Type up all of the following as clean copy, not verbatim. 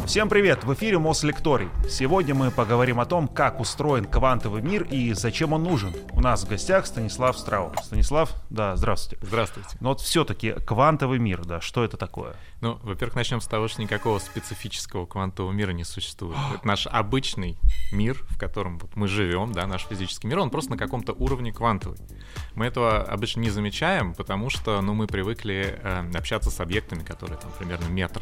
Всем привет! В эфире Мослекторий. Сегодня мы поговорим о том, как устроен квантовый мир и зачем он нужен. У нас в гостях Станислав Страуб. Станислав, да, здравствуйте. Здравствуйте. Но вот все-таки квантовый мир, да, что это такое? Ну, во-первых, начнем с того, что никакого специфического квантового мира не существует. Это наш обычный мир, в котором вот мы живем, да, наш физический мир, он просто на каком-то уровне квантовый. Мы этого обычно не замечаем, потому что, мы привыкли общаться с объектами, которые там примерно метр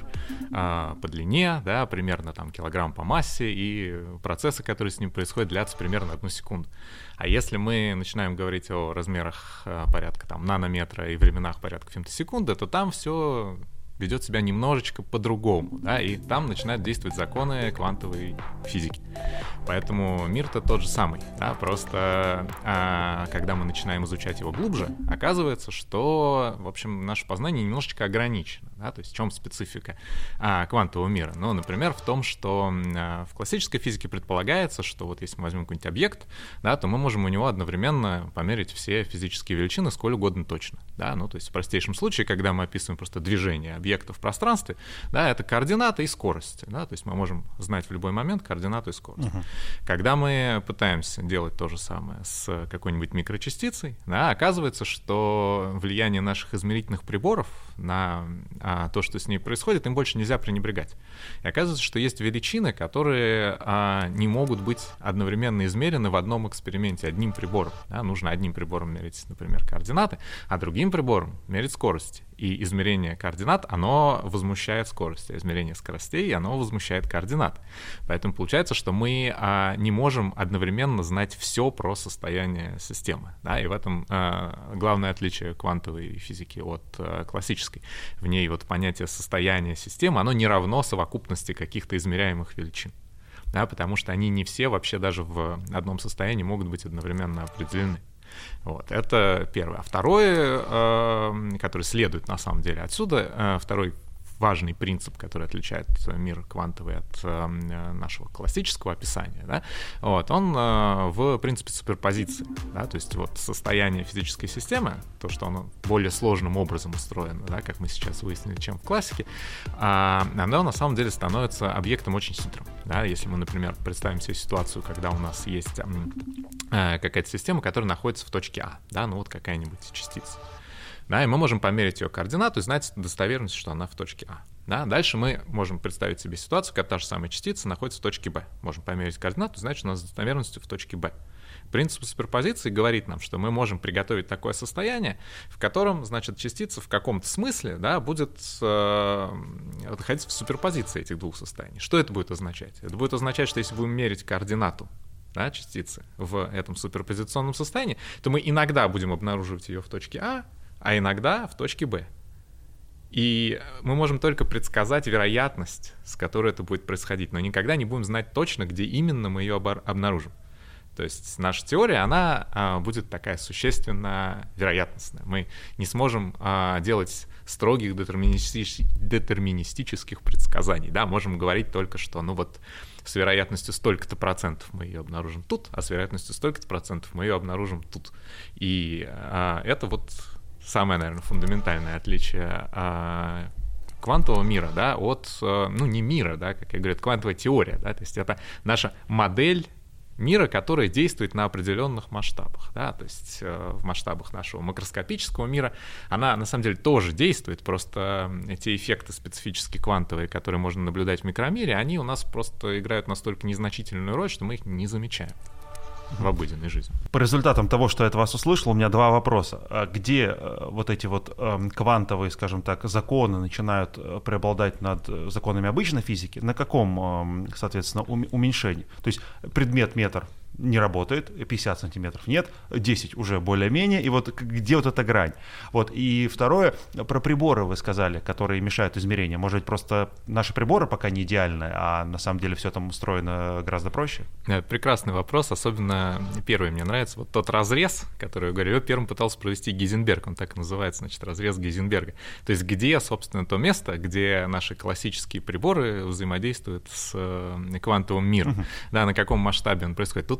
по длине, да, примерно там килограмм по массе, и процессы, которые с ним происходят, длятся примерно 1 секунду. А если мы начинаем говорить о размерах порядка там нанометра и временах порядка фемтосекунды, то там все ведет себя немножечко по-другому, да, и там начинают действовать законы квантовой физики. Поэтому мир-то тот же самый, да, просто когда мы начинаем изучать его глубже, оказывается, что, в общем, наше познание немножечко ограничено, да, то есть в чем специфика квантового мира? Ну, например, в том, что в классической физике предполагается, что вот если мы возьмем какой-нибудь объект, да, то мы можем у него одновременно померить все физические величины сколь угодно точно, да, ну, то есть в простейшем случае, когда мы описываем просто движение объекта в пространстве, да, это координаты и скорость, да, то есть мы можем знать в любой момент координату и скорость. Когда мы пытаемся делать то же самое с какой-нибудь микрочастицей, да, оказывается, что влияние наших измерительных приборов на то, что с ней происходит, им больше нельзя пренебрегать. И оказывается, что есть величины, которые не могут быть одновременно измерены в одном эксперименте одним прибором. Да, нужно одним прибором мерить, например, координаты, а другим прибором мерить скорость. И измерение координат, оно возмущает скорость, а измерение скоростей, оно возмущает координаты. Поэтому получается, что мы не можем одновременно знать все про состояние системы. Да? И в этом главное отличие квантовой физики от классической. В ней вот понятие состояния системы, оно не равно совокупности каких-то измеряемых величин. Да? Потому что они не все вообще даже в одном состоянии могут быть одновременно определены. Вот, это первое. А второе, который следует на самом деле отсюда, второй важный принцип, который отличает мир квантовый от нашего классического описания, да, вот, он в принципе суперпозиции. Да, то есть вот состояние физической системы, то, что оно более сложным образом устроено, да, как мы сейчас выяснили, чем в классике, оно на самом деле становится объектом очень хитрым. Да. Если мы, например, представим себе ситуацию, когда у нас есть какая-то система, которая находится в точке А, да, ну вот какая-нибудь частица. Да, и мы можем померить ее координату и знать достоверность, что она в точке А. Да, дальше мы можем представить себе ситуацию, когда та же самая частица находится в точке Б. Можем померить координату и знать, что она с достоверностью в точке Б. Принцип суперпозиции говорит нам, что мы можем приготовить такое состояние, в котором, значит, частица в каком-то смысле, да, будет находиться в суперпозиции этих двух состояний. Что это будет означать? Это будет означать, что если будем мерить координату, да, частицы в этом суперпозиционном состоянии, то мы иногда будем обнаруживать ее в точке А иногда в точке Б. И мы можем только предсказать вероятность, с которой это будет происходить, но никогда не будем знать точно, где именно мы ее обнаружим. То есть наша теория, она будет такая существенно вероятностная. Мы не сможем делать строгих детерминистических предсказаний. Да? Можем говорить только, что ну вот с вероятностью столько-то процентов мы ее обнаружим тут, а с вероятностью столько-то процентов мы ее обнаружим тут. И это вот самое, наверное, фундаментальное отличие квантового мира, да, от, не мира, да, как я говорю, это квантовая теория, да, то есть это наша модель мира, которая действует на определенных масштабах, да, то есть в масштабах нашего макроскопического мира она на самом деле тоже действует, просто эти эффекты специфически квантовые, которые можно наблюдать в микромире, они у нас просто играют настолько незначительную роль, что мы их не замечаем в обыденной жизни. По результатам того, что я от вас услышал, у меня два вопроса. Где вот эти вот квантовые, скажем так, законы начинают преобладать над законами обычной физики? На каком, соответственно, уменьшении? То есть предмет метр не работает, 50 сантиметров нет, 10 уже более-менее, и вот где вот эта грань? Вот. И второе, про приборы вы сказали, которые мешают измерению. Может быть, просто наши приборы пока не идеальны, а на самом деле все там устроено гораздо проще? Прекрасный вопрос, особенно первый мне нравится. Вот тот разрез, который я говорю, его первым пытался провести Гейзенберг, он так и называется, значит, разрез Гейзенберга. То есть где, собственно, то место, где наши классические приборы взаимодействуют с квантовым миром, да, на каком масштабе он происходит. Тут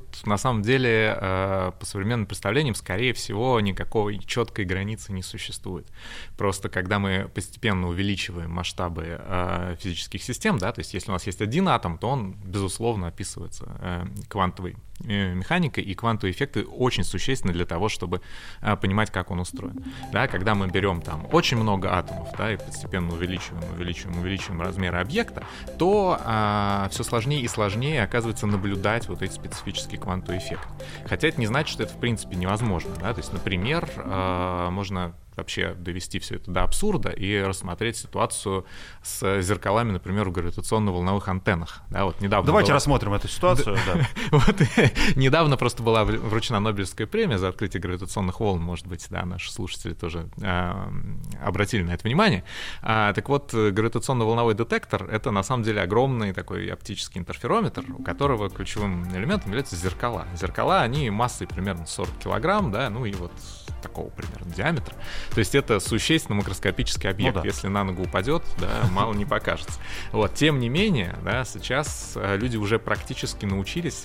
на самом деле по современным представлениям, скорее всего, никакой четкой границы не существует. Просто когда мы постепенно увеличиваем масштабы физических систем, да, то есть если у нас есть один атом, то он, безусловно, описывается квантовой механикой, и квантовые эффекты очень существенны для того, чтобы понимать, как он устроен. Да, когда мы берем там очень много атомов, да, и постепенно увеличиваем размеры объекта, то все сложнее и сложнее оказывается наблюдать вот эти специфические квантовые эффекты. Хотя это не значит, что это в принципе невозможно. Да? То есть, например, можно вообще довести все это до абсурда и рассмотреть ситуацию с зеркалами, например, в гравитационно-волновых антеннах. Да, вот недавно Давайте рассмотрим эту ситуацию. Вот недавно просто была вручена Нобелевская премия за открытие гравитационных волн. Может быть, да, наши слушатели тоже обратили на это внимание. Так вот, гравитационно-волновой детектор — это на самом деле огромный такой оптический интерферометр, у которого ключевым элементом являются зеркала. Зеркала, они массой примерно 40 килограмм, да, ну и вот такого примерно диаметра. То есть это существенно макроскопический объект. Если на ногу упадет, да, мало не покажется. Вот. Тем не менее, да, сейчас люди уже практически научились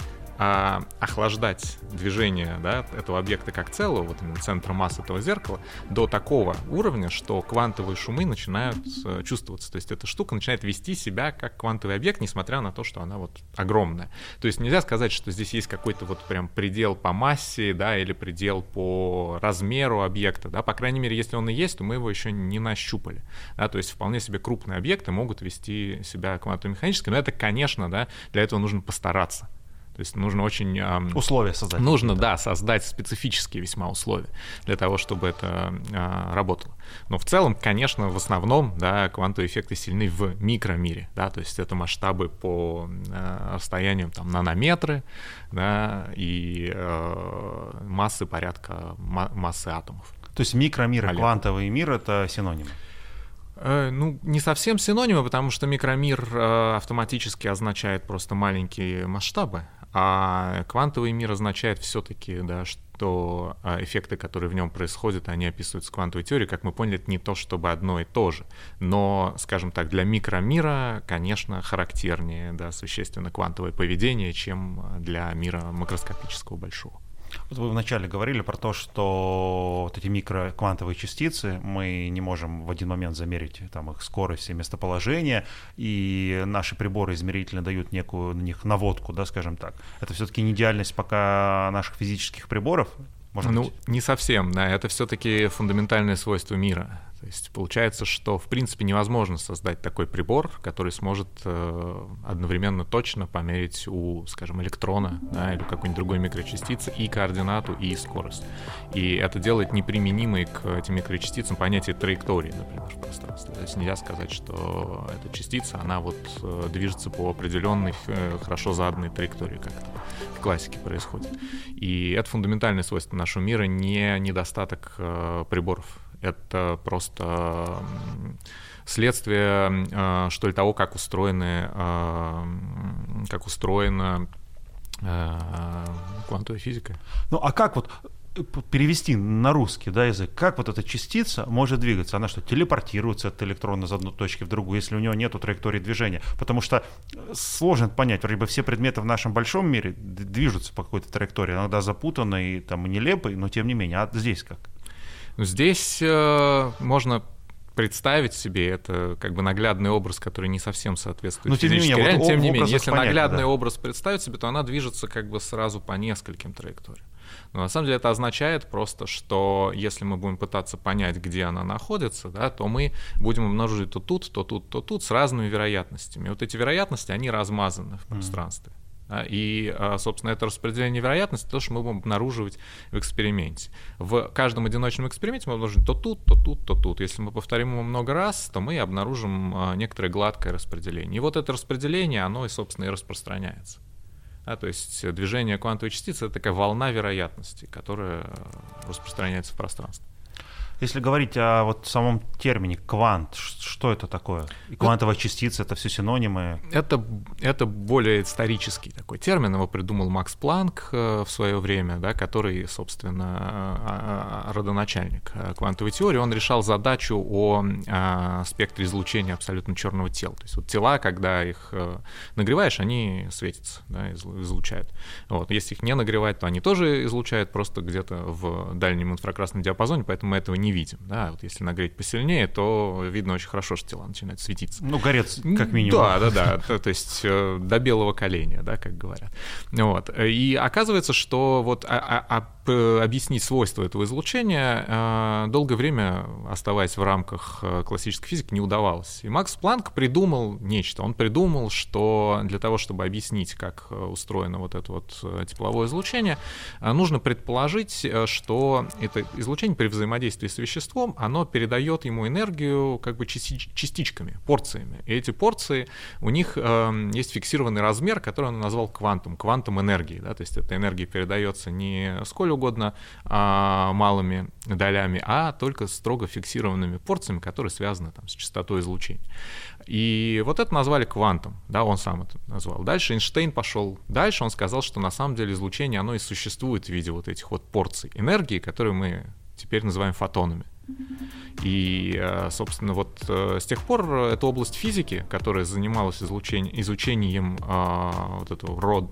охлаждать движение, да, этого объекта как целого, вот именно центра массы этого зеркала, до такого уровня, что квантовые шумы начинают чувствоваться. То есть эта штука начинает вести себя как квантовый объект, несмотря на то, что она вот огромная. То есть нельзя сказать, что здесь есть какой-то вот прям предел по массе, да, или предел по размеру объекта, да, по крайней мере, если он и есть, то мы его еще не нащупали, да, то есть вполне себе крупные объекты могут вести себя квантово-механически, но это, конечно, да, для этого нужно постараться. То есть нужно очень... условия создать. Нужно, да, создать специфические весьма условия для того, чтобы это работало. Но в целом, конечно, в основном, да, квантовые эффекты сильны в микромире, да, то есть это масштабы по расстоянию там, нанометры, да, и массы порядка массы атомов. То есть микромир и квантовый мир — это синонимы? Ну, не совсем синонимы, потому что микромир автоматически означает просто маленькие масштабы, а квантовый мир означает все-таки, да, что эффекты, которые в нем происходят, они описываются квантовой теорией. Как мы поняли, это не то чтобы одно и то же. Но, скажем так, для микромира, конечно, характернее, да, существенно квантовое поведение, чем для мира макроскопического большого. Вот вы вначале говорили про то, что вот эти микроквантовые частицы, мы не можем в один момент замерить там, их скорость и местоположение, и наши приборы измерительно дают некую на них наводку, да, скажем так. Это все-таки не идеальность пока наших физических приборов? Может быть? Не совсем, да, это все-таки фундаментальное свойство мира. То есть получается, что в принципе невозможно создать такой прибор, который сможет одновременно точно померить у, скажем, электрона, да, или какой-нибудь другой микрочастицы и координату, и скорость. И это делает неприменимой к этим микрочастицам понятие траектории, например, в пространстве. То есть нельзя сказать, что эта частица, она вот движется по определенной, хорошо заданной траектории, как это в классике происходит. И это фундаментальное свойство нашего мира, не недостаток приборов. Это просто следствие, что ли, того, как устроена квантовая физика. Ну, а как вот перевести на русский, да, язык, как вот эта частица может двигаться? Она что, телепортируется от электрона из одной точки в другую, если у нее нету траектории движения? Потому что сложно понять, вроде бы все предметы в нашем большом мире движутся по какой-то траектории, иногда запутанной, там, и нелепой, но тем не менее. А здесь как? Здесь можно представить себе, это как бы наглядный образ, который не совсем соответствует физической реальности. Тем не менее, если наглядный образ представить себе, то она движется как бы сразу по нескольким траекториям. Но на самом деле это означает просто, что если мы будем пытаться понять, где она находится, да, то мы будем обнаруживать то тут, то тут, то тут с разными вероятностями. И вот эти вероятности, они размазаны в пространстве. И, собственно, это распределение вероятности, то, что мы будем обнаруживать в эксперименте. В каждом одиночном эксперименте мы обнаружим то тут, то тут, то тут. Если мы повторим его много раз, то мы обнаружим некоторое гладкое распределение. И вот это распределение, оно, собственно, и распространяется. То есть движение квантовой частицы — это такая волна вероятности, которая распространяется в пространстве. Если говорить о вот самом термине квант, что это такое? И квантовая частица — это все синонимы? Это более исторический такой термин, его придумал Макс Планк в свое время, да, который, собственно, родоначальник квантовой теории. Он решал задачу о спектре излучения абсолютно черного тела. То есть вот тела, когда их нагреваешь, они светятся, да, излучают. Вот. Если их не нагревать, то они тоже излучают, просто где-то в дальнем инфракрасном диапазоне, поэтому мы этого не видим. Да? Вот если нагреть посильнее, то видно очень хорошо, что тела начинают светиться. Ну, горец, как минимум. Да. То есть до белого коленя, да, как говорят. Вот. И оказывается, что вот объяснить свойства этого излучения долгое время, оставаясь в рамках классической физики, не удавалось. И Макс Планк придумал нечто. Он придумал, что для того, чтобы объяснить, как устроено вот это вот тепловое излучение, нужно предположить, что это излучение при взаимодействии с веществом, оно передает ему энергию как бы частичками, порциями. И эти порции, у них есть фиксированный размер, который он назвал квантом энергии. Да? То есть эта энергия передается не сколь угодно малыми долями, а только строго фиксированными порциями, которые связаны там с частотой излучения. И вот это назвали квантом, да, он сам это назвал. Дальше Эйнштейн пошел дальше, он сказал, что на самом деле излучение, оно и существует в виде вот этих вот порций энергии, которые мы теперь называем фотонами. И, собственно, вот с тех пор эта область физики, которая занималась изучением вот этого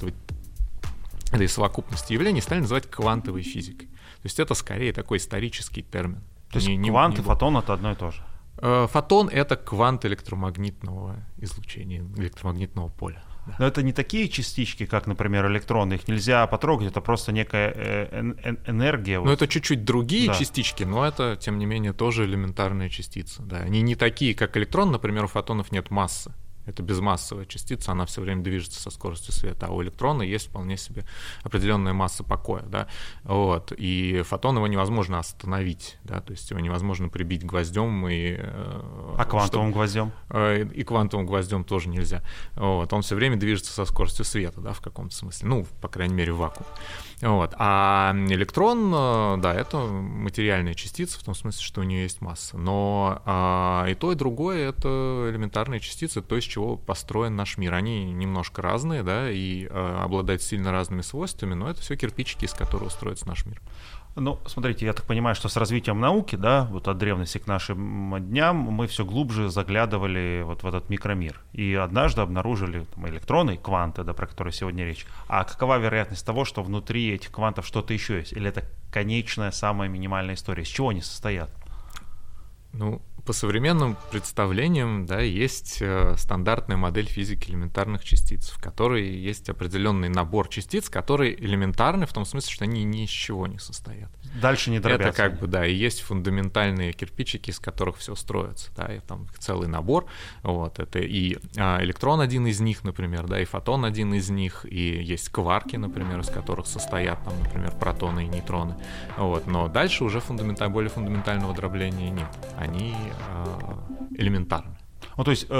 этой совокупности явлений, стали называть квантовой физикой. То есть это скорее такой исторический термин. То есть квант и фотон — это одно и то же? Фотон — это квант электромагнитного излучения, электромагнитного поля. Да. Но это не такие частички, как, например, электроны, их нельзя потрогать, это просто некая энергия. Ну, это чуть-чуть другие частички, но это, тем не менее, тоже элементарные частицы. Да. Они не такие, как электрон, например, у фотонов нет массы. Это безмассовая частица, она все время движется со скоростью света, а у электрона есть вполне себе определенная масса покоя, да, вот, и фотон его невозможно остановить, да, то есть его невозможно прибить гвоздем и... А квантовым гвоздем? И квантовым гвоздем тоже нельзя, вот, он все время движется со скоростью света, да, в каком-то смысле, ну, по крайней мере, в вакууме. Вот. А электрон, да, это материальная частица, в том смысле, что у нее есть масса. Но и то, и другое — это элементарные частицы, то, из чего построен наш мир. Они немножко разные, да, и обладают сильно разными свойствами, но это все кирпичики, из которых строится наш мир. Ну, смотрите, я так понимаю, что с развитием науки, да, вот от древности к нашим дням мы все глубже заглядывали вот в этот микромир. И однажды обнаружили там электроны, кванты, да, про которые сегодня речь. А какова вероятность того, что внутри этих квантов что-то еще есть? Или это конечная, самая минимальная история? Из чего они состоят? Ну, по современным представлениям, да, есть стандартная модель физики элементарных частиц, в которой есть определенный набор частиц, которые элементарны в том смысле, что они ни из чего не состоят. Дальше не дробятся. Это как бы, да, и есть фундаментальные кирпичики, из которых все строится, да, и там целый набор, вот, это и электрон один из них, например, да, и фотон один из них, и есть кварки, например, из которых состоят, там, например, протоны и нейтроны, вот, но дальше уже более фундаментального дробления нет, они элементарны. Ну, то есть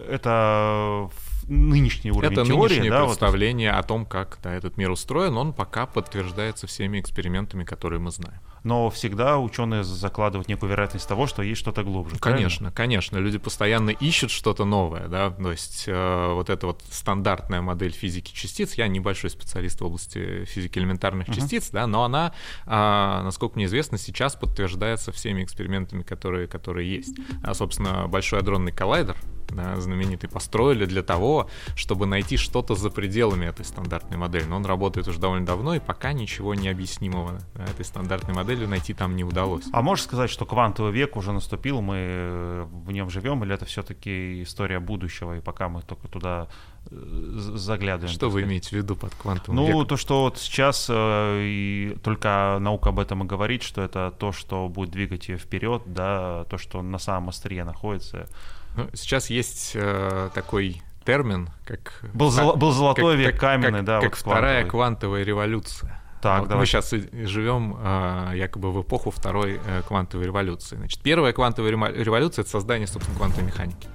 это нынешний уровень это теории, нынешнее да, представление о том, как, да, этот мир устроен, он пока подтверждается всеми экспериментами, которые мы знаем. Но всегда ученые закладывают некую вероятность того, что есть что-то глубже. Конечно, правильно? конечно. Люди постоянно ищут что-то новое, да, то есть вот эта вот стандартная модель физики частиц, я небольшой специалист в области физики элементарных частиц, да, но она, насколько мне известно, сейчас подтверждается всеми экспериментами, которые есть. Собственно, Большой адронный коллайдер, да, знаменитый, построили для того, чтобы найти что-то за пределами этой стандартной модели. Но он работает уже довольно давно, и пока ничего необъяснимого, да, этой стандартной модели найти там не удалось. А можешь сказать, что квантовый век уже наступил, мы в нем живем, или это все-таки история будущего, и пока мы только туда заглядываем? Что вы имеете в виду под квантовым веком? веком? Ну, то, что вот сейчас и только наука об этом и говорит, что это то, что будет двигать ее вперед, да, то, что на самом острие находится. Ну, сейчас есть такой термин, как... Был золотой век, каменный, да. Как вот вторая квантовая революция. Так, вот мы сейчас живем якобы в эпоху второй квантовой революции. Значит, первая квантовая революция — это создание, собственно, квантовой механики.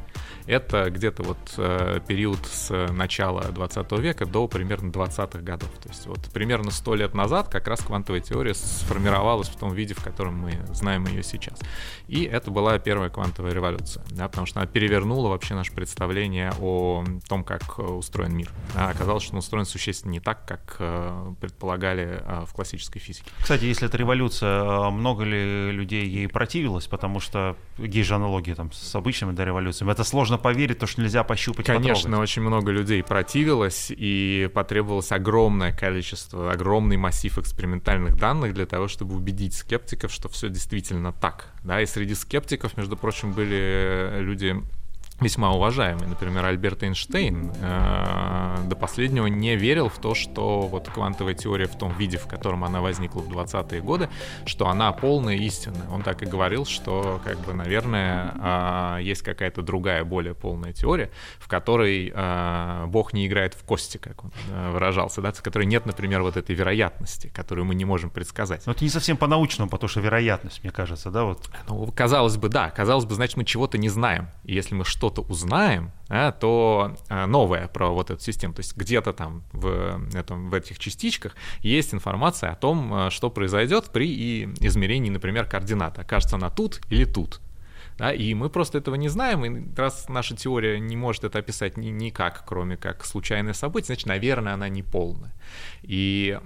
это где-то вот период с начала 20 века до примерно 20-х годов. То есть вот примерно 100 лет назад как раз квантовая теория сформировалась в том виде, в котором мы знаем ее сейчас. И это была первая квантовая революция, да, потому что она перевернула вообще наше представление о том, как устроен мир. Оказалось, что он устроен существенно не так, как предполагали в классической физике. Кстати, если это революция, много ли людей ей противилось? Потому что есть же аналогии там с обычными революциями. Это сложно поверить, то, что нельзя пощупать, конечно, потрогать. Очень много людей противилось, и потребовалось огромное количество, огромный массив экспериментальных данных для того, чтобы убедить скептиков, что все действительно так. Да? И среди скептиков, между прочим, были люди весьма уважаемый. Например, Альберт Эйнштейн до последнего не верил в то, что вот квантовая теория в том виде, в котором она возникла в 20-е годы, что она полная истина. Он так и говорил, что, как бы, наверное, есть какая-то другая, более полная теория, в которой Бог не играет в кости, как он выражался, да, в которой нет, например, вот этой вероятности, которую мы не можем предсказать. Но это не совсем по-научному, потому что вероятность, мне кажется, да? Вот. Ну, казалось бы, да. Казалось бы, значит, мы чего-то не знаем. И если мы что-то узнаем, то новое про вот эту систему. То есть где-то там в этих частичках есть информация о том, что произойдет при измерении, например, координат. Окажется она тут или тут. Да, и мы просто этого не знаем, и раз наша теория не может это описать никак, кроме как случайное событие, значит, наверное, она не полная. И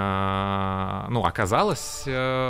оказалось,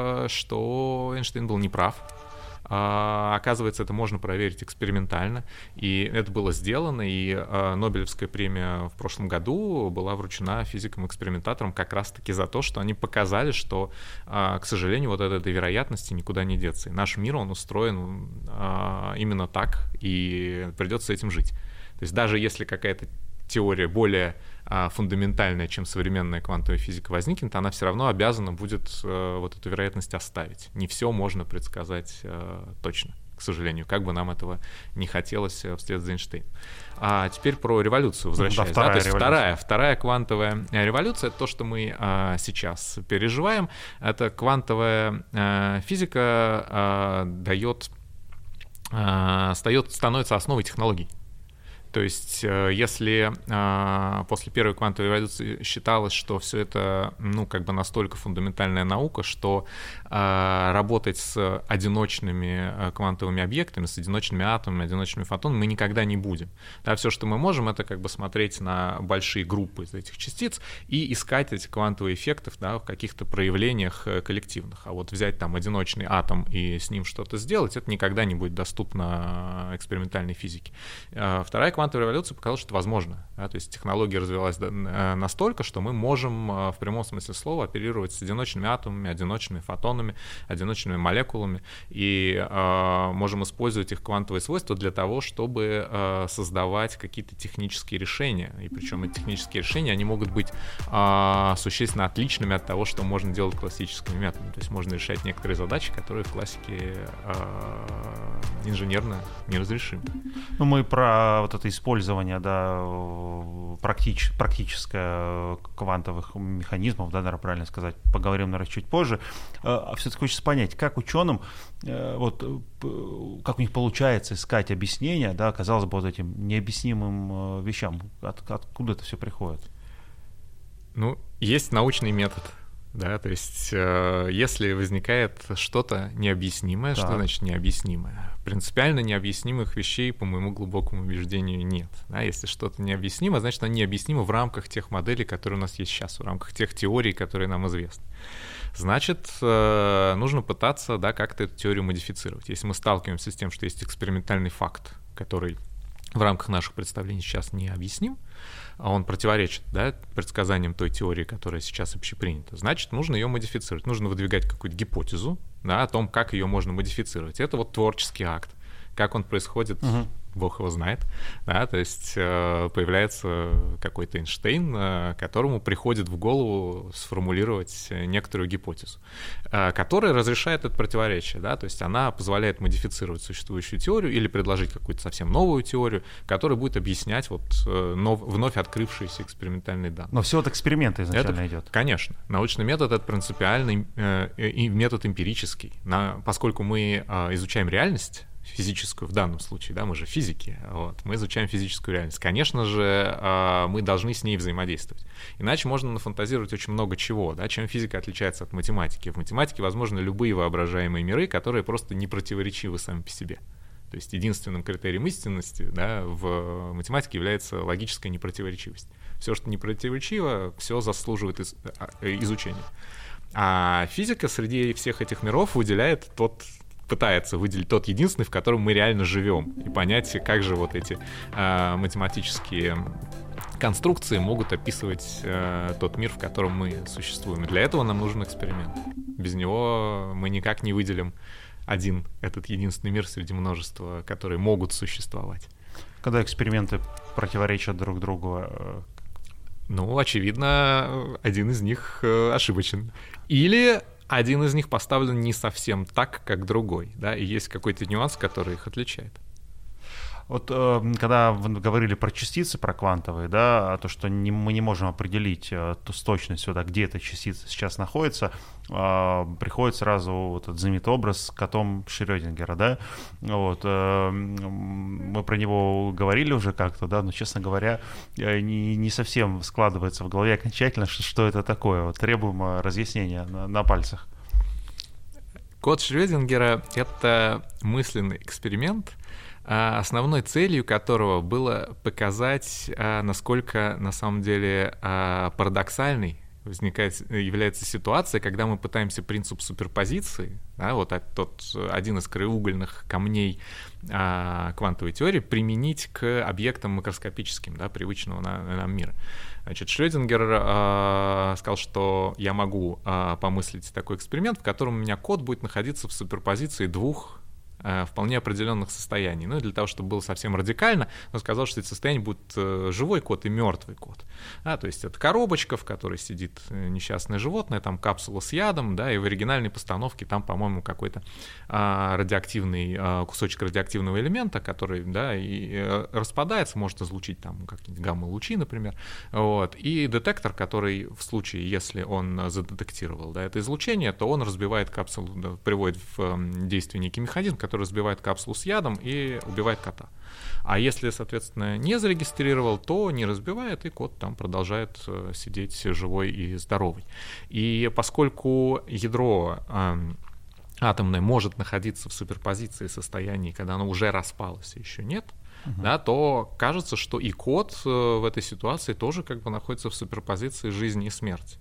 что Эйнштейн был неправ. Оказывается, это можно проверить экспериментально, и это было сделано, и Нобелевская премия в прошлом году была вручена физикам-экспериментаторам как раз-таки за то, что они показали, что, к сожалению, вот от этой вероятности никуда не деться. И наш мир, он устроен именно так, и придется с этим жить. То есть даже если какая-то теория более фундаментальная, чем современная квантовая физика, возникнет, она все равно обязана будет вот эту вероятность оставить. Не все можно предсказать точно, к сожалению, как бы нам этого не хотелось вслед за Эйнштейном. А теперь про революцию возвращаясь. Да, вторая квантовая революция — это то, что мы сейчас переживаем. Это квантовая физика становится основой технологий. То есть, если после первой квантовой революции считалось, что все это, настолько фундаментальная наука, что работать с одиночными квантовыми объектами, с одиночными атомами, одиночными фотонами мы никогда не будем. Да, все, что мы можем, это смотреть на большие группы из этих частиц и искать эти квантовые эффекты, да, в каких-то проявлениях коллективных. А вот взять там одиночный атом и с ним что-то сделать, это никогда не будет доступно экспериментальной физике. Вторая квантовая революция показала, что это возможно. Да? То есть технология развилась настолько, что мы можем в прямом смысле слова оперировать с одиночными атомами, одиночными фотонами, одиночными молекулами и можем использовать их квантовые свойства для того, чтобы создавать какие-то технические решения. И причем эти технические решения, они могут быть существенно отличными от того, что можно делать классическими методами. То есть можно решать некоторые задачи, которые в классике инженерно неразрешимы. Ну, мы про вот это использование, да, практическое квантовых механизмов, да, наверное, правильно сказать, поговорим, наверное, чуть позже. А все-таки хочется понять, как ученым, как у них получается искать объяснения, да, казалось бы, вот этим необъяснимым вещам. Откуда это все приходит? Ну, есть научный метод. Да, то есть, если возникает что-то необъяснимое, так. Что значит необъяснимое? Принципиально необъяснимых вещей, по моему глубокому убеждению, нет. Да, если что-то необъяснимо, значит, оно необъяснимо в рамках тех моделей, которые у нас есть сейчас, в рамках тех теорий, которые нам известны. Значит, нужно пытаться, да, как-то эту теорию модифицировать. Если мы сталкиваемся с тем, что есть экспериментальный факт, который в рамках наших представлений сейчас не объясним, а он противоречит, да, предсказаниям той теории, которая сейчас общепринята, значит, нужно ее модифицировать. Нужно выдвигать какую-то гипотезу, да, о том, как ее можно модифицировать. Это вот творческий акт. Как он происходит, Бог его знает. Да, то есть появляется какой-то Эйнштейн, которому приходит в голову сформулировать некоторую гипотезу, которая разрешает это противоречие. Да, то есть она позволяет модифицировать существующую теорию или предложить какую-то совсем новую теорию, которая будет объяснять вот вновь открывшиеся экспериментальные данные. Но все от эксперимента изначально идет. Конечно. Научный метод — это принципиальный метод эмпирический. Поскольку мы изучаем реальность, физическую в данном случае, да, мы же физики, вот, мы изучаем физическую реальность. Конечно же, мы должны с ней взаимодействовать. Иначе можно нафантазировать очень много чего, да, чем физика отличается от математики. В математике возможны любые воображаемые миры, которые просто не противоречивы сами по себе. То есть единственным критерием истинности, да, в математике является логическая непротиворечивость. Все, что не противоречиво, все заслуживает изучения. А физика среди всех этих миров пытается выделить тот единственный, в котором мы реально живем, и понять, как же вот эти математические конструкции могут описывать тот мир, в котором мы существуем. И для этого нам нужен эксперимент. Без него мы никак не выделим этот единственный мир среди множества, которые могут существовать. Когда эксперименты противоречат друг другу, ну, очевидно, один из них ошибочен. Или один из них поставлен не совсем так, как другой, да, и есть какой-то нюанс, который их отличает. Вот когда вы говорили про частицы, про квантовые, да, то, что мы не можем определить с точностью, да, где эта частица сейчас находится, приходит сразу вот этот знаменитый образ с котом Шрёдингера, да, вот, мы про него говорили уже как-то, да, но, честно говоря, не совсем складывается в голове окончательно, что это такое, вот, требуем разъяснения на пальцах. Кот Шрёдингера — это мысленный эксперимент, основной целью которого было показать, насколько на самом деле парадоксальной является ситуация, когда мы пытаемся принцип суперпозиции, да, вот один из краеугольных камней квантовой теории, применить к объектам макроскопическим, да, привычного нам мира. Значит, Шрёдингер сказал, что я могу помыслить такой эксперимент, в котором у меня кот будет находиться в суперпозиции двух вполне определенных состояний. Ну и для того, чтобы было совсем радикально, он сказал, что эти состояния будут живой кот и мертвый кот. То есть это коробочка, в которой сидит несчастное животное, там капсула с ядом, да, и в оригинальной постановке там, по-моему, какой-то радиоактивный кусочек радиоактивного элемента, который, да, и распадается, может излучить там какие-нибудь гамма-лучи, например, вот, и детектор, который в случае, если он задетектировал, да, это излучение, то он разбивает капсулу, да, приводит в действие некий механизм, который разбивает капсулу с ядом и убивает кота. А если, соответственно, не зарегистрировал, то не разбивает, и кот там продолжает сидеть живой и здоровый. И поскольку ядро атомное может находиться в суперпозиции состояний, когда оно уже распалось, и еще нет, да, то кажется, что и кот в этой ситуации тоже как бы находится в суперпозиции жизни и смерти.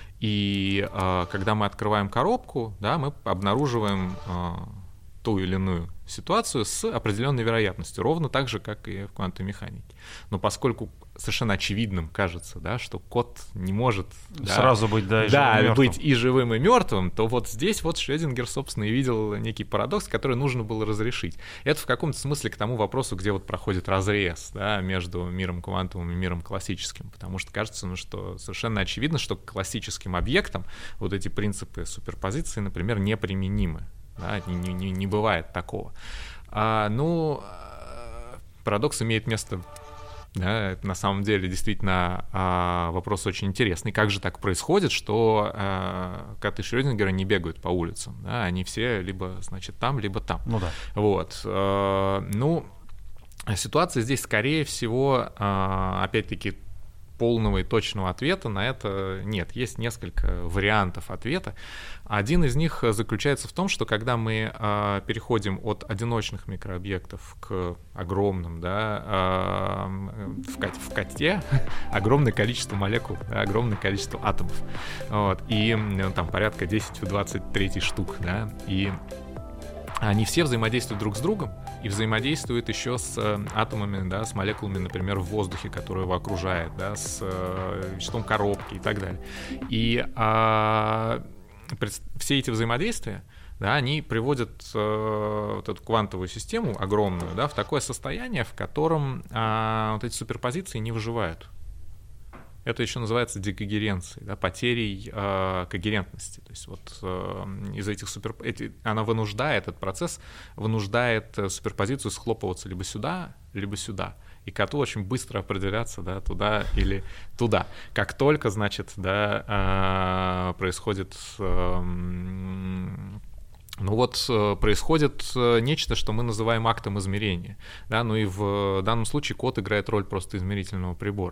И когда мы открываем коробку, да, мы обнаруживаем ту или иную ситуацию с определенной вероятностью, ровно так же, как и в квантовой механике. Но поскольку совершенно очевидным кажется, да, что кот не может сразу быть, быть и живым, и мертвым, то вот здесь вот Шрёдингер, собственно, и видел некий парадокс, который нужно было разрешить. Это в каком-то смысле к тому вопросу, где вот проходит разрез, да, между миром квантовым и миром классическим, потому что кажется, ну, что совершенно очевидно, что к классическим объектам вот эти принципы суперпозиции, например, неприменимы. Да, не бывает такого. Парадокс имеет место. Да, это на самом деле действительно вопрос очень интересный. Как же так происходит, что коты Шрёдингера не бегают по улицам? Да? Они все либо, значит, там, либо там. Ну да. Вот. Ситуация здесь, скорее всего, опять-таки, полного и точного ответа на это нет. Есть несколько вариантов ответа. Один из них заключается в том, что когда мы переходим от одиночных микрообъектов к огромным, да, в коте огромное количество молекул, да, огромное количество атомов. Вот, и там порядка 10 в 23 штук. Да, и они все взаимодействуют друг с другом и взаимодействуют еще с атомами, да, с молекулами, например, в воздухе, который его окружает, да, с веществом коробки и так далее. И все эти взаимодействия, да, они приводят вот эту квантовую систему огромную, да, в такое состояние, в котором вот эти суперпозиции не выживают. Это еще называется декогеренцией, да, потерей когерентности. То есть вот из этих она вынуждает, этот процесс вынуждает суперпозицию схлопываться либо сюда, либо сюда. И коту очень быстро определяться, да, туда или туда. Как только, значит, да, происходит Ну вот происходит нечто, что мы называем актом измерения. Да? Ну и в данном случае код играет роль просто измерительного прибора.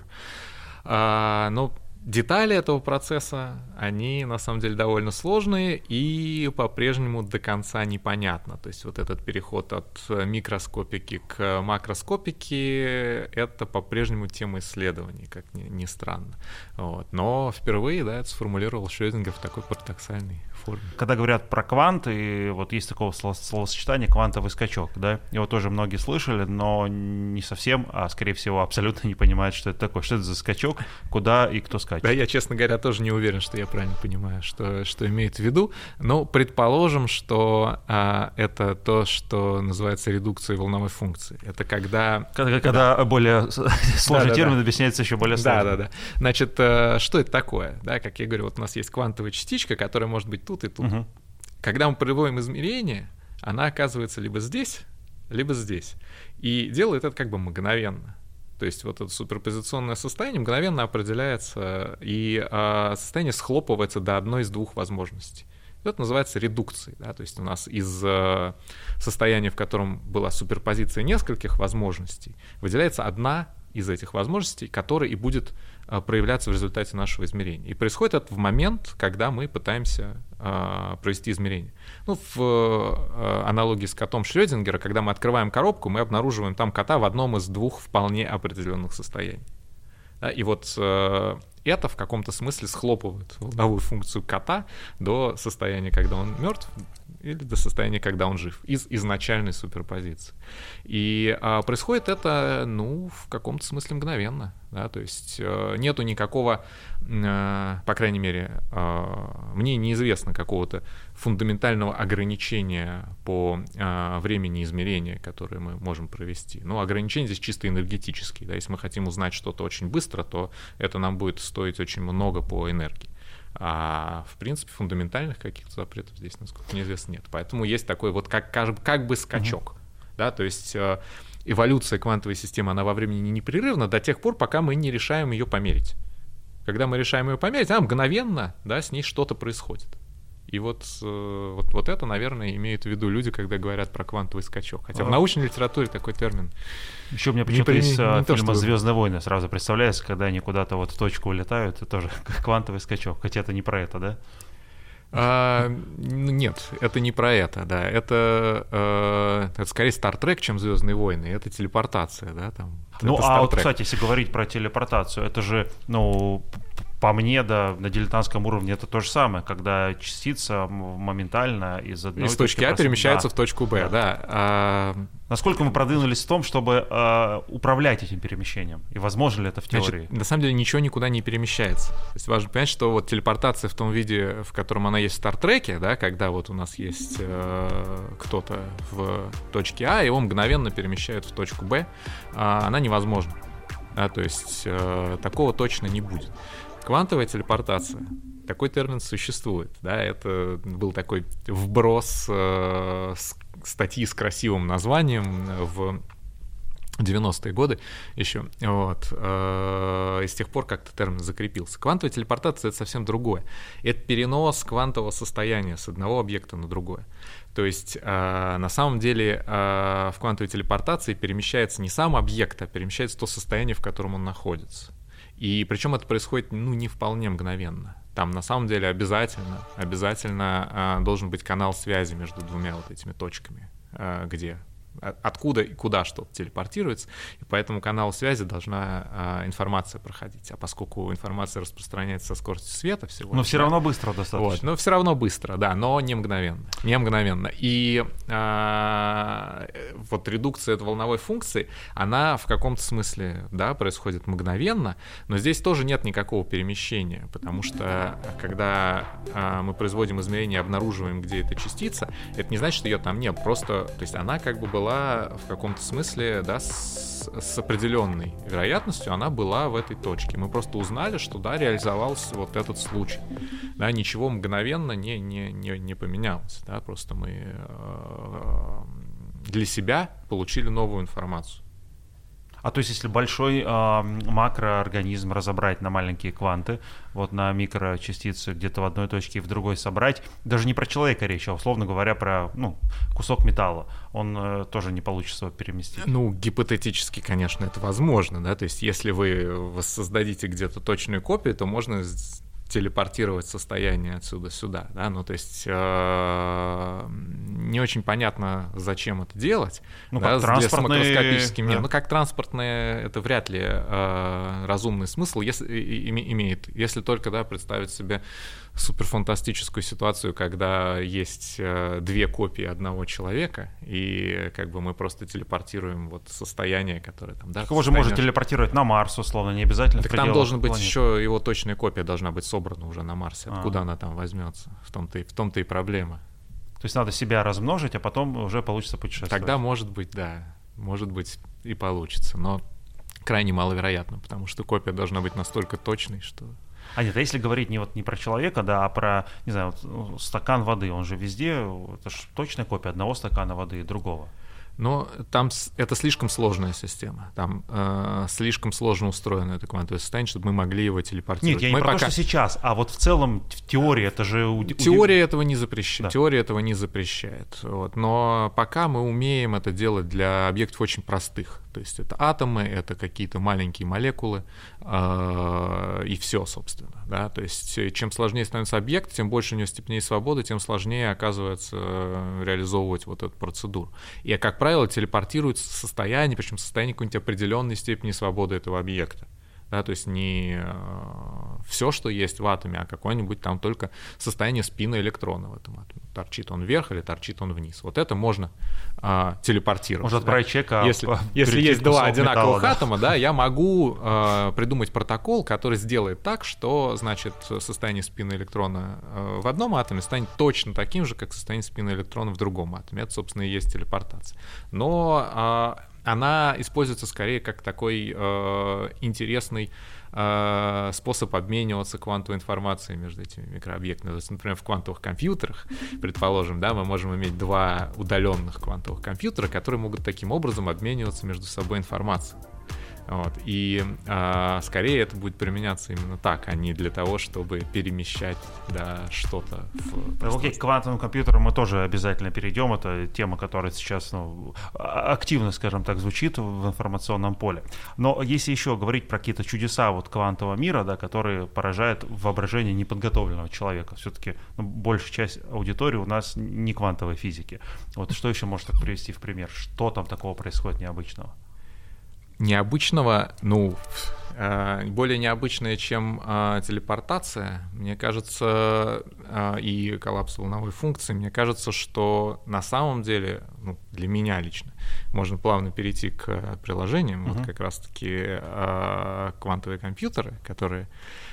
Но детали этого процесса, они на самом деле довольно сложные и по-прежнему до конца непонятно. То есть вот этот переход от микроскопики к макроскопике — это по-прежнему тема исследований, как ни странно. Вот. Но впервые, да, это сформулировал Шрёдингер в такой парадоксальной форме. Когда говорят про кванты, вот есть такое словосочетание «квантовый скачок», да, его тоже многие слышали, но не совсем, а скорее всего абсолютно не понимают, что это такое, что это за скачок, куда и кто скачет. Да, я, честно говоря, тоже не уверен, что я правильно понимаю, что имеет в виду, но предположим, что это то, что называется редукцией волновой функции. Это когда более сложный термин объясняется еще более сложно. Да. Значит, что это такое? Да, как я говорю, вот у нас есть квантовая частичка, которая может быть тут и тут. Угу. Когда мы проводим измерение, она оказывается либо здесь, либо здесь. И делает это как бы мгновенно. То есть вот это суперпозиционное состояние мгновенно определяется, и состояние схлопывается до одной из двух возможностей. Это называется редукцией. Да? То есть у нас из состояния, в котором была суперпозиция нескольких возможностей, выделяется одна из этих возможностей, которая и будет проявляться в результате нашего измерения. И происходит это в момент, когда мы пытаемся провести измерение. Ну, в аналогии с котом Шрёдингера, когда мы открываем коробку, мы обнаруживаем там кота в одном из двух вполне определенных состояний. Да, и вот это в каком-то смысле схлопывает волновую функцию кота до состояния, когда он мертв, или до состояния, когда он жив, из изначальной суперпозиции. И происходит это, ну, в каком-то смысле мгновенно. Да? То есть нету никакого, по крайней мере, мне неизвестно какого-то фундаментального ограничения по времени измерения, которое мы можем провести. Но ограничения здесь чисто энергетические. Да? Если мы хотим узнать что-то очень быстро, то это нам будет стоить очень много по энергии. А в принципе фундаментальных каких-то запретов здесь, насколько мне известно, нет. Поэтому есть такой вот как бы скачок. Да? То есть эволюция квантовой системы, она во времени непрерывна до тех пор, пока мы не решаем ее померить. Когда мы решаем ее померить, она мгновенно, да, с ней что-то происходит. И вот это, наверное, имеют в виду люди, когда говорят про квантовый скачок. Хотя в научной литературе такой термин. Еще у меня почему-то из фильма «Звездные войны» сразу представляется, когда они куда-то вот в точку улетают, это тоже квантовый скачок. Хотя это не про это, да? Нет, это не про это, да. Это скорее Star Trek, чем «Звездные войны». Это телепортация, да, там. Ну, а вот, кстати, если говорить про телепортацию, это же, ну, по мне, да, на дилетантском уровне это то же самое, когда частица моментально из одной точки А перемещается в точку Б, да. Насколько мы продвинулись в том, чтобы управлять этим перемещением? И возможно ли это в теории? Значит, на самом деле ничего никуда не перемещается. То есть важно понять, что вот телепортация в том виде, в котором она есть в Стартреке, да, когда вот у нас есть кто-то в точке А, его мгновенно перемещают в точку Б, она невозможна. Да, то есть такого точно не будет. Квантовая телепортация. Такой термин существует. Да, это был такой вброс статьи с красивым названием в 90-е годы еще. Вот. И с тех пор как-то термин закрепился. Квантовая телепортация — это совсем другое. Это перенос квантового состояния с одного объекта на другое. То есть на самом деле в квантовой телепортации перемещается не сам объект, а перемещается то состояние, в котором он находится. И причем это происходит, ну, не вполне мгновенно. Там на самом деле обязательно должен быть канал связи между двумя вот этими точками, где откуда и куда что-то телепортируется, и по этому каналу связи должна информация проходить. А поскольку информация распространяется со скоростью света всего... Но все равно быстро достаточно. Вот, но все равно быстро, да, но не мгновенно. Не мгновенно. И вот редукция этой волновой функции, она в каком-то смысле, да, происходит мгновенно, но здесь тоже нет никакого перемещения, потому что когда мы производим измерение и обнаруживаем, где эта частица, это не значит, что ее там нет, просто, то есть она как бы была в каком-то смысле, да, с определенной вероятностью она была в этой точке. Мы просто узнали, что, да, реализовался вот этот случай. Да, ничего мгновенно не поменялось. Да, просто мы для себя получили новую информацию. А то есть, если большой макроорганизм разобрать на маленькие кванты, вот на микрочастицы где-то в одной точке и в другой собрать, даже не про человека речь, а, условно говоря, про кусок металла, он тоже не получится переместить. Ну, гипотетически, конечно, это возможно, да, то есть если вы воссоздадите где-то точную копию, то можно телепортировать состояние отсюда сюда, да, ну то есть не очень понятно, зачем это делать, да, с макроскопическим миром. Ну как транспортное, это вряд ли разумный смысл имеет, если только, да, представить себе суперфантастическую ситуацию, когда есть две копии одного человека, и как бы мы просто телепортируем вот состояние, которое там, да. Кого же можно телепортировать на Марс, условно, не обязательно. Так там должен быть еще его точная копия должна быть собрана уже на Марсе. Откуда она там возьмется? В том-то и проблема. То есть надо себя размножить, а потом уже получится путешествовать. Тогда может быть, да, может быть и получится, но крайне маловероятно, потому что копия должна быть настолько точной, что... А нет, а если говорить не про человека, да, а про, не знаю, стакан воды, он же везде, это же точная копия одного стакана воды и другого. Но там это слишком сложная система, там слишком сложно устроено это квантовое состояние, чтобы мы могли его телепортировать. Нет, я не про то, что сейчас, а вот в целом в теории это же... Теория этого не запрещает, да. Теория этого не запрещает, вот. Но пока мы умеем это делать для объектов очень простых, то есть это атомы, это какие-то маленькие молекулы и все, собственно, да, то есть чем сложнее становится объект, тем больше у него степеней свободы, тем сложнее оказывается реализовывать вот эту процедуру. И, как правило, телепортируется состояние, причем состояние какой-нибудь определенной степени свободы этого объекта. Да, то есть не все, что есть в атоме, а какое-нибудь там только состояние спина электрона в этом атоме. Торчит он вверх или торчит он вниз. Вот это можно телепортировать. Можно отправить человека. Если есть два одинаковых атома, да, я могу придумать протокол, который сделает так, что, значит, состояние спины электрона в одном атоме станет точно таким же, как состояние спины электрона в другом атоме. Это, собственно, и есть телепортация. Но она используется скорее как такой интересный способ обмениваться квантовой информацией между этими микрообъектами. То есть, например, в квантовых компьютерах, предположим, да, мы можем иметь два удаленных квантовых компьютера, которые могут таким образом обмениваться между собой информацией. Вот. И скорее это будет применяться именно так, а не для того, чтобы перемещать, да, что-то в пространстве. Окей, к квантовым компьютерам мы тоже обязательно перейдем. Это тема, которая сейчас активно, скажем так, звучит в информационном поле. Но если еще говорить про какие-то чудеса вот квантового мира, да, которые поражают воображение неподготовленного человека, все-таки большая часть аудитории у нас не квантовой физики. Вот что еще можно так привести в пример? Что там такого происходит необычного? Необычного, более необычное, чем телепортация, мне кажется, и коллапс волновой функции, мне кажется, что на самом деле, для меня лично, можно плавно перейти к приложениям, вот как раз-таки квантовые компьютеры, которые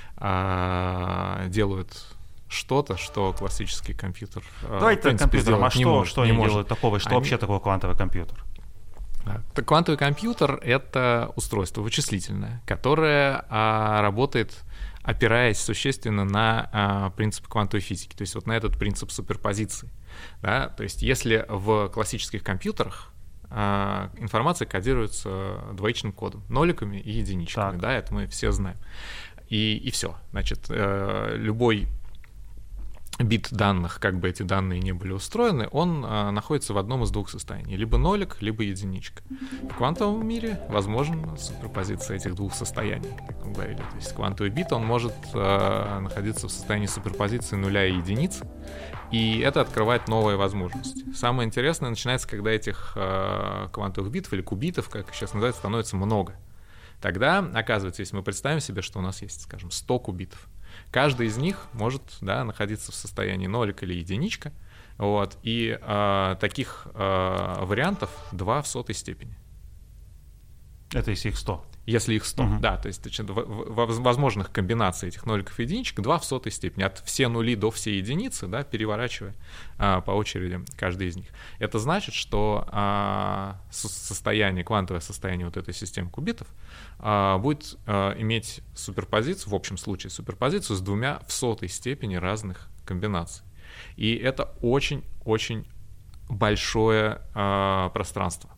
делают что-то, что классический компьютер Давайте в принципе, сделать не может. Что они может. Делают такого, что вообще такое квантовый компьютер? Квантовый компьютер — это устройство вычислительное, которое работает, опираясь существенно на принципы квантовой физики, то есть вот на этот принцип суперпозиции. Да? То есть если в классических компьютерах информация кодируется двоичным кодом, ноликами и единичками, да, это мы все знаем. И все. Значит, любой бит данных, как бы эти данные не были устроены, он находится в одном из двух состояний. Либо нолик, либо единичка. В квантовом мире возможна суперпозиция этих двух состояний, как мы говорили. То есть квантовый бит, он может находиться в состоянии суперпозиции нуля и единиц, и это открывает новые возможности. Самое интересное начинается, когда этих квантовых битов или кубитов, как сейчас называется, становится много. Тогда, оказывается, если мы представим себе, что у нас есть, скажем, 100 кубитов, каждый из них может, да, находиться в состоянии нолик или единичка, вот, и таких вариантов 2 в 100 степени. Это если их 100. Если их 100, да, то есть возможных комбинаций этих ноликов и единичек 2 в 100 степени, от все нули до все единицы, да, переворачивая по очереди каждый из них. Это значит, что состояние, квантовое состояние вот этой системы кубитов будет иметь суперпозицию, в общем случае суперпозицию с 2 в 100 степени разных комбинаций. И это очень-очень большое пространство.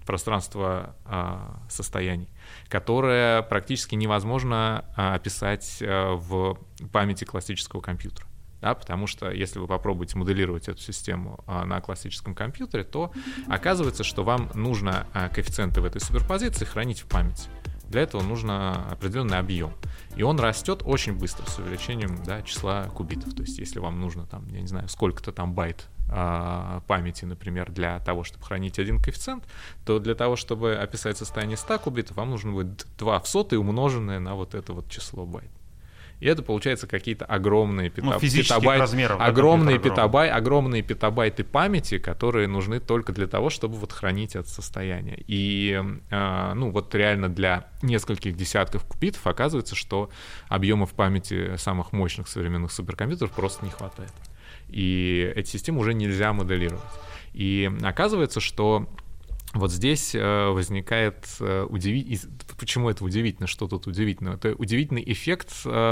пространство состояний, которое практически невозможно описать в памяти классического компьютера. Да, потому что если вы попробуете моделировать эту систему на классическом компьютере, то оказывается, что вам нужно коэффициенты в этой суперпозиции хранить в памяти. Для этого нужно определенный объем. И он растет очень быстро с увеличением, да, числа кубитов. То есть если вам нужно, там, я не знаю, сколько-то там байт памяти, например, для того, чтобы хранить один коэффициент, то для того, чтобы описать состояние 100 кубитов, вам нужно будет 2 в сотой умноженное на вот это вот число байт. И это получается какие-то огромные размеров, огромные петабайты памяти, которые нужны только для того, чтобы вот хранить это состояние. И вот реально для нескольких десятков кубитов оказывается, что объемов памяти самых мощных современных суперкомпьютеров просто не хватает. И эти системы уже нельзя моделировать. И оказывается, что вот здесь возникает почему это удивительно, что тут удивительно? Это удивительный эффект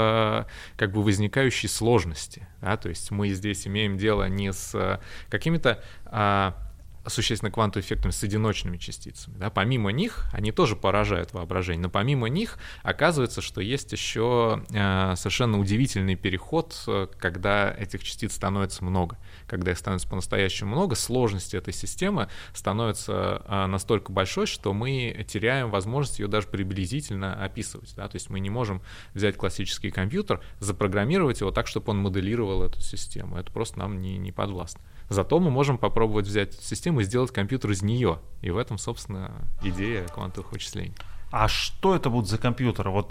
как бы возникающей сложности. Да? То есть мы здесь имеем дело не с какими-то существенно квантовыми эффектами с одиночными частицами. Да? Помимо них, они тоже поражают воображение, но помимо них оказывается, что есть еще совершенно удивительный переход, когда этих частиц становится много. Когда их становится по-настоящему много, сложность этой системы становится настолько большой, что мы теряем возможность ее даже приблизительно описывать. Да? То есть мы не можем взять классический компьютер, запрограммировать его так, чтобы он моделировал эту систему. Это просто нам не подвластно. Зато мы можем попробовать взять эту систему и сделать компьютер из нее. И в этом, собственно, идея квантовых вычислений. А что это будет за компьютер? Вот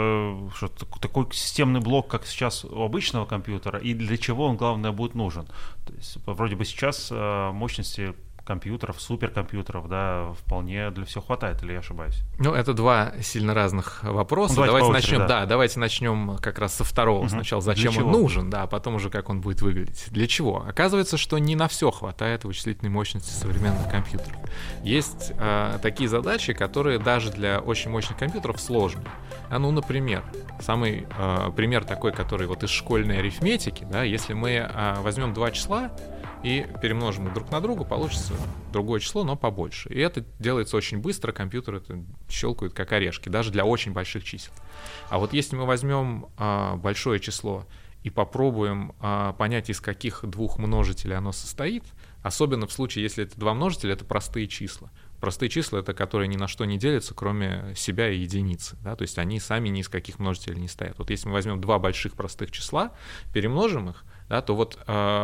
такой системный блок, как сейчас у обычного компьютера, и для чего он, главное, будет нужен? То есть, вроде бы сейчас мощности компьютеров, суперкомпьютеров, да, вполне для всего хватает, или я ошибаюсь? Ну, это два сильно разных вопроса. Давайте начнем как раз со второго. Сначала, зачем он нужен, да, а потом уже как он будет выглядеть. Для чего? Оказывается, что не на все хватает вычислительной мощности современных компьютеров. Есть такие задачи, которые даже для очень мощных компьютеров сложны. Например, самый пример такой, который вот из школьной арифметики, да, если мы возьмем два числа и перемножим их друг на друга, получится другое число, но побольше. И это делается очень быстро, компьютер это щелкает как орешки, даже для очень больших чисел. А вот если мы возьмем большое число и попробуем понять, из каких двух множителей оно состоит, особенно в случае, если это два множителя, это простые числа. Простые числа — это которые ни на что не делятся, кроме себя и единицы. Да? То есть они сами ни из каких множителей не стоят. Вот если мы возьмем два больших простых числа, перемножим их, да, то вот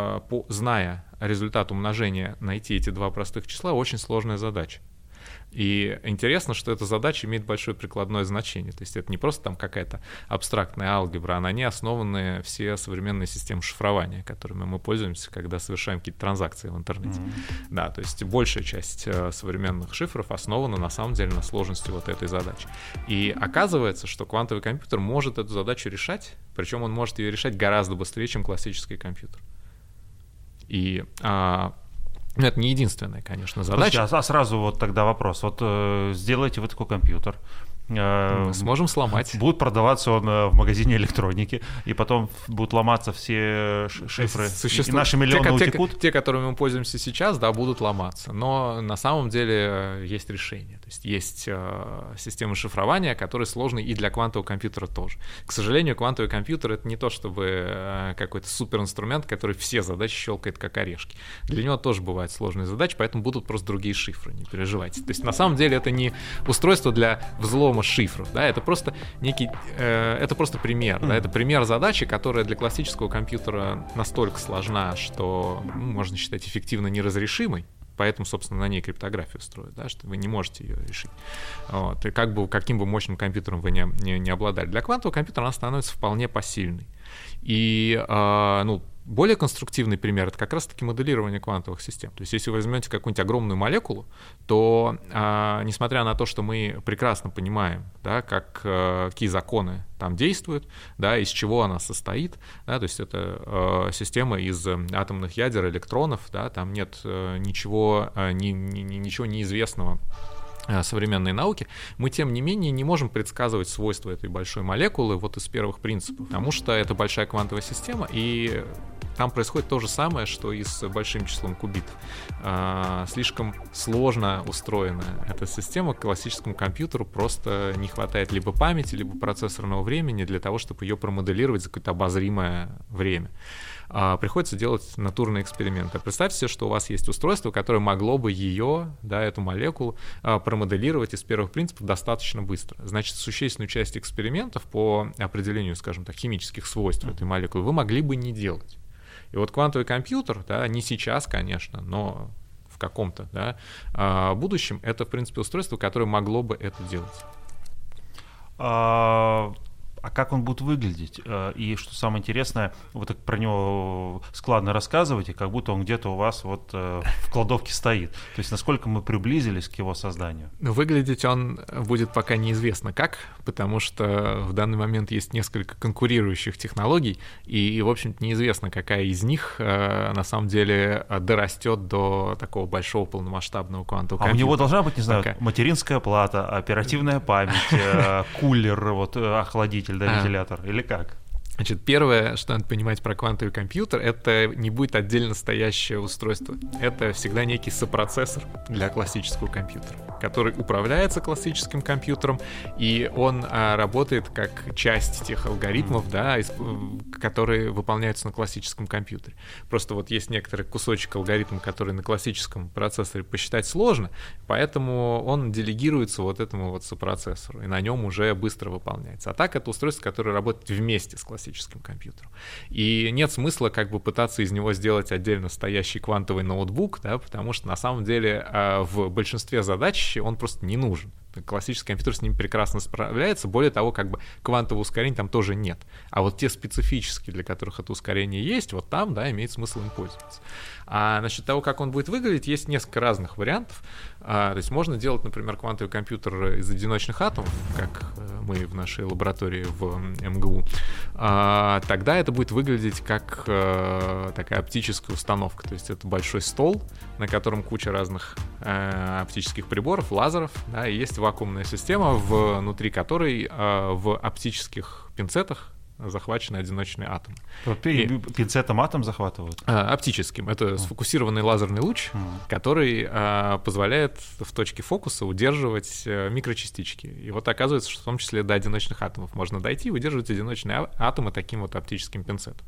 зная результат умножения, найти эти два простых числа — очень сложная задача. И интересно, что эта задача имеет большое прикладное значение. То есть это не просто там какая-то абстрактная алгебра, а на ней основаны все современные системы шифрования, которыми мы пользуемся, когда совершаем какие-то транзакции в интернете. Да, то есть большая часть современных шифров основана на самом деле на сложности вот этой задачи. И оказывается, что квантовый компьютер может эту задачу решать, причем он может ее решать гораздо быстрее, чем классический компьютер. И это не единственная, конечно, задача. Слушайте, а сразу вот тогда вопрос. Вот сделайте вы такой компьютер. Мы сможем сломать. Будет продаваться он в магазине электроники, и потом будут ломаться все шифры, и наши миллионы утекут. Те, которыми мы пользуемся сейчас, да, будут ломаться. Но на самом деле есть решение. То есть есть системы шифрования, которые сложны и для квантового компьютера тоже. К сожалению, квантовый компьютер — это не то чтобы какой-то суперинструмент, который все задачи щелкает как орешки. Для него тоже бывают сложные задачи, поэтому будут просто другие шифры, не переживайте. То есть на самом деле это не устройство для взлома шифров, да, это просто это просто пример, да, это пример задачи, которая для классического компьютера настолько сложна, что можно считать эффективно неразрешимой, поэтому, собственно, на ней криптографию строят, да, что вы не можете ее решить. Вот, и каким бы мощным компьютером вы не обладали. Для квантового компьютера она становится вполне посильной. И, более конструктивный пример — это как раз-таки моделирование квантовых систем. То есть если вы возьмете какую-нибудь огромную молекулу, то, несмотря на то, что мы прекрасно понимаем, да, какие законы там действуют, да, из чего она состоит, да, то есть это система из атомных ядер, электронов, да, там нет ничего неизвестного современной науки, мы, тем не менее, не можем предсказывать свойства этой большой молекулы вот из первых принципов, потому что это большая квантовая система, и там происходит то же самое, что и с большим числом кубитов. Слишком сложно устроена эта система, к классическому компьютеру просто не хватает либо памяти, либо процессорного времени для того, чтобы ее промоделировать за какое-то обозримое время. Приходится делать натурные эксперименты. Представьте себе, что у вас есть устройство, которое могло бы ее, да, эту молекулу, промоделировать из первых принципов достаточно быстро. Значит, существенную часть экспериментов по определению, скажем так, химических свойств этой молекулы вы могли бы не делать. И вот квантовый компьютер, да, не сейчас, конечно, но в каком-то, да, будущем, это, в принципе, устройство, которое могло бы это делать. А как он будет выглядеть? И что самое интересное, вы так про него складно рассказываете, как будто он где-то у вас вот в кладовке стоит. То есть насколько мы приблизились к его созданию? Выглядеть он будет пока неизвестно как, потому что в данный момент есть несколько конкурирующих технологий, и в общем-то, неизвестно, какая из них на самом деле дорастет до такого большого полномасштабного квантового компьютера. А у него должна быть, не знаю, материнская плата, оперативная память, кулер, вот, охладитель, да, вентилятор, или как? Значит, первое, что надо понимать про квантовый компьютер, это не будет отдельно стоящее устройство. Это всегда некий сопроцессор для классического компьютера, который управляется классическим компьютером, и он работает как часть тех алгоритмов, да, которые выполняются на классическом компьютере. Просто вот есть некоторый кусочек алгоритма, который на классическом процессоре посчитать сложно, поэтому он делегируется вот этому вот сопроцессору, и на нем уже быстро выполняется. А так это устройство, которое работает вместе с классическим компьютером. И нет смысла как бы пытаться из него сделать отдельно стоящий квантовый ноутбук, да, потому что на самом деле в большинстве задач он просто не нужен. Классический компьютер с ним прекрасно справляется. Более того, как бы квантового ускорения там тоже нет. А вот те специфические, для которых это ускорение есть, вот там, да, имеет смысл им пользоваться. А насчет того, как он будет выглядеть, есть несколько разных вариантов. То есть можно делать, например, квантовый компьютер из одиночных атомов, как мы в нашей лаборатории в МГУ. Тогда это будет выглядеть как такая оптическая установка. То есть это большой стол, на котором куча разных оптических приборов, лазеров, да, и есть вакуумная система, внутри которой в оптических пинцетах захвачены одиночные атомы. Пинцетом атом захватывают? Оптическим. Это сфокусированный лазерный луч, который позволяет в точке фокуса удерживать микрочастички. И вот оказывается, что в том числе до одиночных атомов можно дойти и удерживать одиночные атомы таким вот оптическим пинцетом.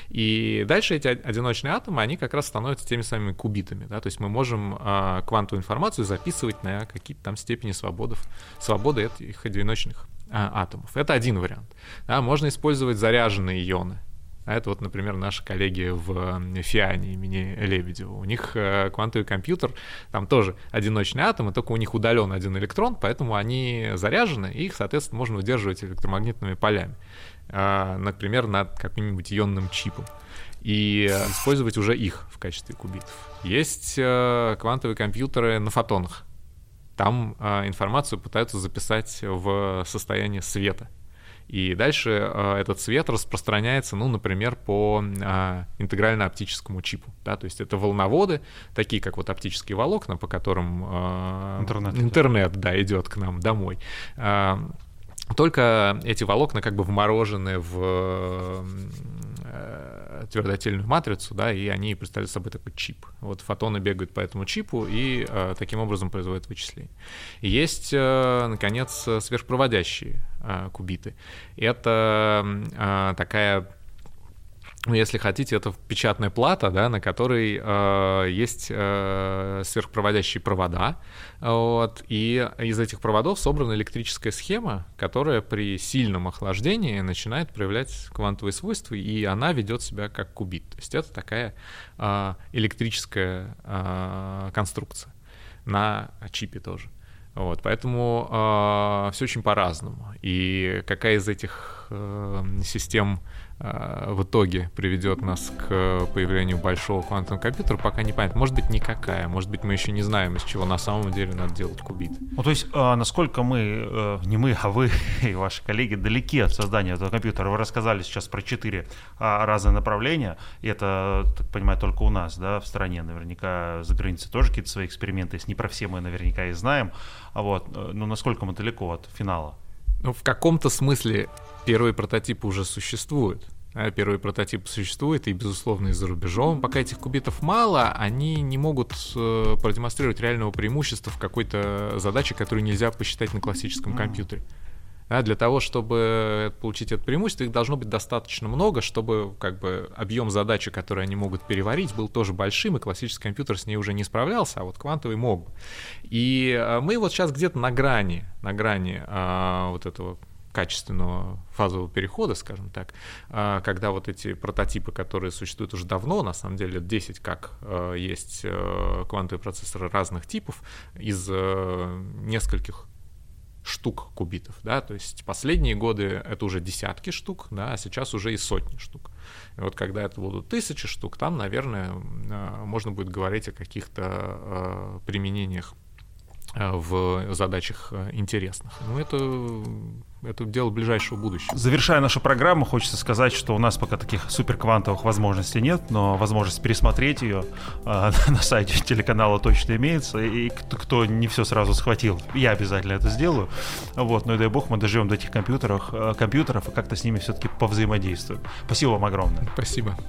И дальше эти одиночные атомы, они как раз становятся теми самыми кубитами. Да? То есть мы можем квантовую информацию записывать на какие-то там степени свободы этих одиночных атомов. Это один вариант. Да, можно использовать заряженные ионы. А это вот, например, наши коллеги в ФИАНе имени Лебедева. У них квантовый компьютер, там тоже одиночные атомы, только у них удален один электрон, поэтому они заряжены, и их, соответственно, можно удерживать электромагнитными полями. Например, над каким-нибудь ионным чипом. И использовать уже их в качестве кубитов. Есть квантовые компьютеры на фотонах. Там информацию пытаются записать в состояние света. И дальше этот свет распространяется, ну, например, по интегрально-оптическому чипу. Да? То есть это волноводы, такие как вот оптические волокна, по которым интернет да, идет к нам домой. Только эти волокна как бы вморожены в твердотельную матрицу, да, и они представляют собой такой чип. Вот фотоны бегают по этому чипу и таким образом производят вычисления. И есть, наконец, сверхпроводящие кубиты. Это такая... Ну, если хотите, это печатная плата, да, на которой есть сверхпроводящие провода, вот, и из этих проводов собрана электрическая схема, которая при сильном охлаждении начинает проявлять квантовые свойства, и она ведет себя как кубит. То есть это такая электрическая конструкция на чипе тоже. Вот, поэтому все очень по-разному. И какая из этих систем в итоге приведет нас к появлению большого квантового компьютера, пока не понятно. Может быть, никакая. Может быть, мы еще не знаем, из чего на самом деле надо делать кубит. Ну, то есть, насколько мы, не мы, а вы и ваши коллеги далеки от создания этого компьютера. Вы рассказали сейчас про 4 разных направления, и это, так понимаю, только у нас, да, в стране. Наверняка за границей тоже какие-то свои эксперименты, если не про все мы наверняка и знаем. Вот. Но насколько мы далеко от финала? Ну, в каком-то смысле первые прототипы уже существуют. Первые прототипы существуют, и, безусловно, и за рубежом. Пока этих кубитов мало, они не могут продемонстрировать реального преимущества в какой-то задаче, которую нельзя посчитать на классическом компьютере. Для того, чтобы получить это преимущество, их должно быть достаточно много, чтобы как бы объем задачи, который они могут переварить, был тоже большим, и классический компьютер с ней уже не справлялся, а вот квантовый мог бы. И мы вот сейчас где-то на грани вот этого качественного фазового перехода, скажем так, когда вот эти прототипы, которые существуют уже давно, на самом деле лет 10, как есть квантовые процессоры разных типов из нескольких штук кубитов, да, то есть последние годы это уже десятки штук, да, а сейчас уже и сотни штук. И вот когда это будут 1000 штук, там, наверное, можно будет говорить о каких-то применениях в задачах интересных. Ну, это дело ближайшего будущего. Завершая нашу программу, хочется сказать, что у нас пока таких суперквантовых возможностей нет, но возможность пересмотреть ее на сайте телеканала точно имеется, и кто не все сразу схватил, я обязательно это сделаю. Вот, ну и дай бог мы доживем до этих компьютеров и как-то с ними все-таки повзаимодействуем. Спасибо вам огромное. Спасибо.